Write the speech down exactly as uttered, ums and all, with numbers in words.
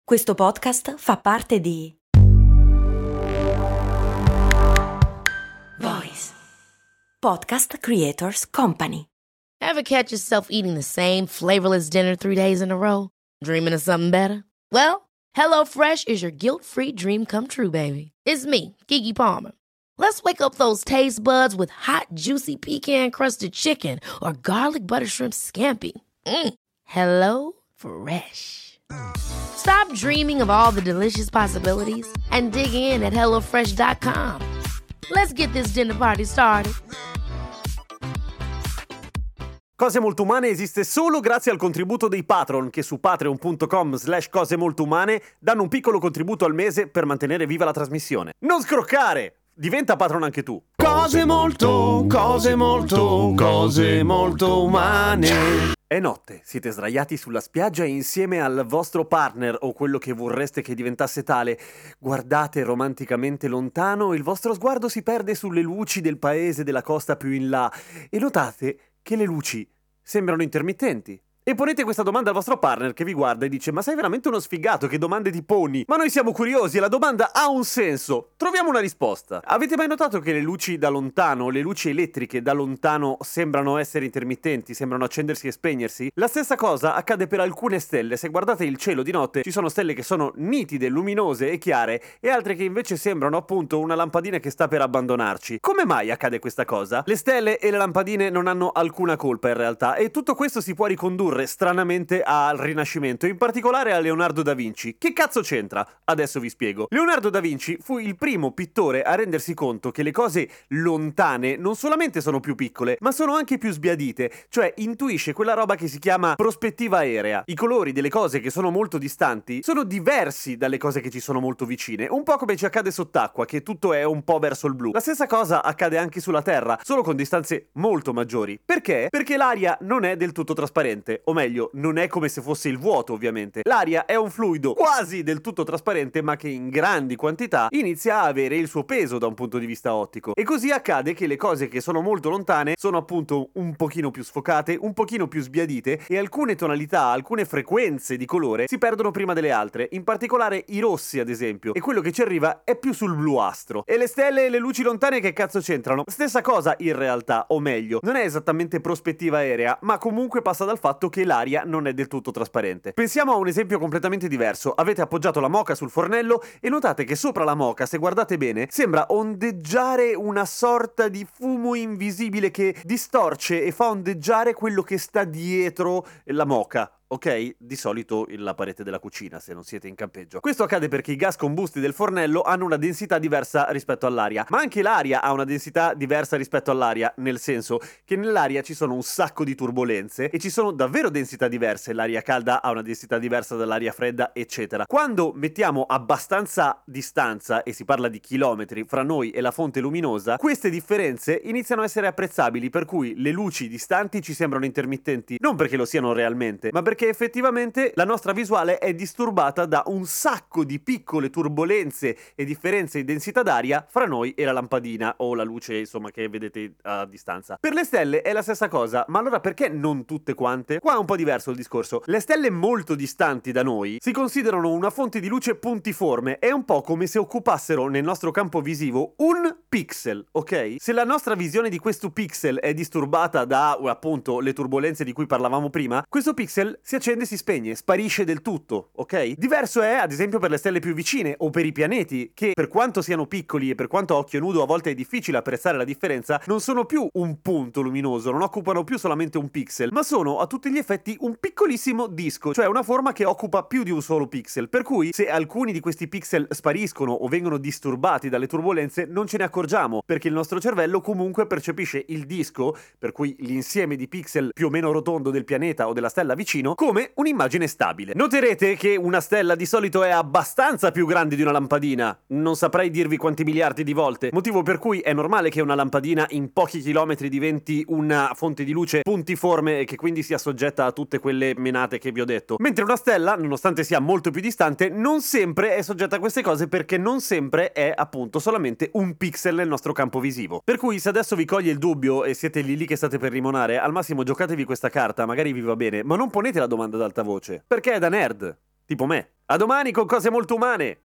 Questo podcast fa parte di Voice Podcast Creators Company. Ever catch yourself eating the same flavorless dinner three days in a row? Dreaming of something better? Well, HelloFresh is your guilt-free dream come true, baby. It's me, Keke Palmer. Let's wake up those taste buds with hot, juicy pecan-crusted chicken or garlic butter shrimp scampi. Mm. Hello Fresh. Stop dreaming of all the delicious possibilities and dig in at hello fresh dot com. Let's get this dinner party started. Cose Molto Umane esiste solo grazie al contributo dei patron che su patreon punto com slash cose molto umane danno un piccolo contributo al mese per mantenere viva la trasmissione. Non scroccare! Diventa patron anche tu. Cose molto, cose molto, cose molto umane. È notte, siete sdraiati sulla spiaggia e insieme al vostro partner o quello che vorreste che diventasse tale, guardate romanticamente lontano e il vostro sguardo si perde sulle luci del paese della costa più in là e notate che le luci sembrano intermittenti. E ponete questa domanda al vostro partner che vi guarda e dice: ma sei veramente uno sfigato, che domande ti poni? Ma noi siamo curiosi e la domanda ha un senso. Troviamo una risposta. Avete mai notato che le luci da lontano, le luci elettriche da lontano sembrano essere intermittenti, sembrano accendersi e spegnersi? La stessa cosa accade per alcune stelle. Se guardate il cielo di notte ci sono stelle che sono nitide, luminose e chiare e altre che invece sembrano appunto una lampadina che sta per abbandonarci. Come mai accade questa cosa? Le stelle e le lampadine non hanno alcuna colpa in realtà e tutto questo si può ricondurre stranamente al Rinascimento, in particolare a Leonardo da Vinci. Che cazzo c'entra? Adesso vi spiego. Leonardo da Vinci fu il primo pittore a rendersi conto che le cose lontane non solamente sono più piccole, ma sono anche più sbiadite, cioè intuisce quella roba che si chiama prospettiva aerea. I colori delle cose che sono molto distanti sono diversi dalle cose che ci sono molto vicine, un po' come ci accade sott'acqua, che tutto è un po' verso il blu. La stessa cosa accade anche sulla Terra, solo con distanze molto maggiori. Perché? Perché l'aria non è del tutto trasparente. O meglio, non è come se fosse il vuoto, ovviamente. L'aria è un fluido quasi del tutto trasparente, ma che in grandi quantità inizia a avere il suo peso da un punto di vista ottico. E così accade che le cose che sono molto lontane sono appunto un pochino più sfocate, un pochino più sbiadite e alcune tonalità, alcune frequenze di colore si perdono prima delle altre, in particolare i rossi ad esempio, e quello che ci arriva è più sul bluastro. E le stelle e le luci lontane che cazzo c'entrano? Stessa cosa in realtà, o meglio, non è esattamente prospettiva aerea, ma comunque passa dal fatto che che l'aria non è del tutto trasparente. Pensiamo a un esempio completamente diverso. Avete appoggiato la moka sul fornello e notate che sopra la moka, se guardate bene, sembra ondeggiare una sorta di fumo invisibile che distorce e fa ondeggiare quello che sta dietro la moka. Ok? Di solito la parete della cucina, se non siete in campeggio. Questo accade perché i gas combusti del fornello hanno una densità diversa rispetto all'aria, ma anche l'aria ha una densità diversa rispetto all'aria, nel senso che nell'aria ci sono un sacco di turbolenze e ci sono davvero densità diverse. L'aria calda ha una densità diversa dall'aria fredda, eccetera. Quando mettiamo abbastanza distanza, e si parla di chilometri, fra noi e la fonte luminosa, queste differenze iniziano a essere apprezzabili, per cui le luci distanti ci sembrano intermittenti, non perché lo siano realmente, ma perché perché effettivamente la nostra visuale è disturbata da un sacco di piccole turbolenze e differenze di densità d'aria fra noi e la lampadina o la luce, insomma, che vedete a distanza. Per le stelle è la stessa cosa, ma allora perché non tutte quante? Qua è un po' diverso il discorso. Le stelle molto distanti da noi si considerano una fonte di luce puntiforme, è un po' come se occupassero nel nostro campo visivo un pixel, ok? Se la nostra visione di questo pixel è disturbata da, appunto, le turbolenze di cui parlavamo prima, questo pixel si accende e si spegne, sparisce del tutto, ok? Diverso è, ad esempio, per le stelle più vicine o per i pianeti, che per quanto siano piccoli e per quanto a occhio nudo a volte è difficile apprezzare la differenza, non sono più un punto luminoso, non occupano più solamente un pixel, ma sono a tutti gli effetti un piccolissimo disco, cioè una forma che occupa più di un solo pixel, per cui se alcuni di questi pixel spariscono o vengono disturbati dalle turbolenze non ce ne accorgiamo, perché il nostro cervello comunque percepisce il disco, per cui l'insieme di pixel più o meno rotondo del pianeta o della stella vicino, come un'immagine stabile. Noterete che una stella di solito è abbastanza più grande di una lampadina, non saprei dirvi quanti miliardi di volte, motivo per cui è normale che una lampadina in pochi chilometri diventi una fonte di luce puntiforme e che quindi sia soggetta a tutte quelle menate che vi ho detto, mentre una stella, nonostante sia molto più distante, non sempre è soggetta a queste cose, perché non sempre è appunto solamente un pixel nel nostro campo visivo. Per cui se adesso vi coglie il dubbio e siete lì lì che state per rimonare, al massimo giocatevi questa carta, magari vi va bene, ma non ponete la domanda ad alta voce, perché è da nerd. tipo me. A domani con Cose Molto Umane!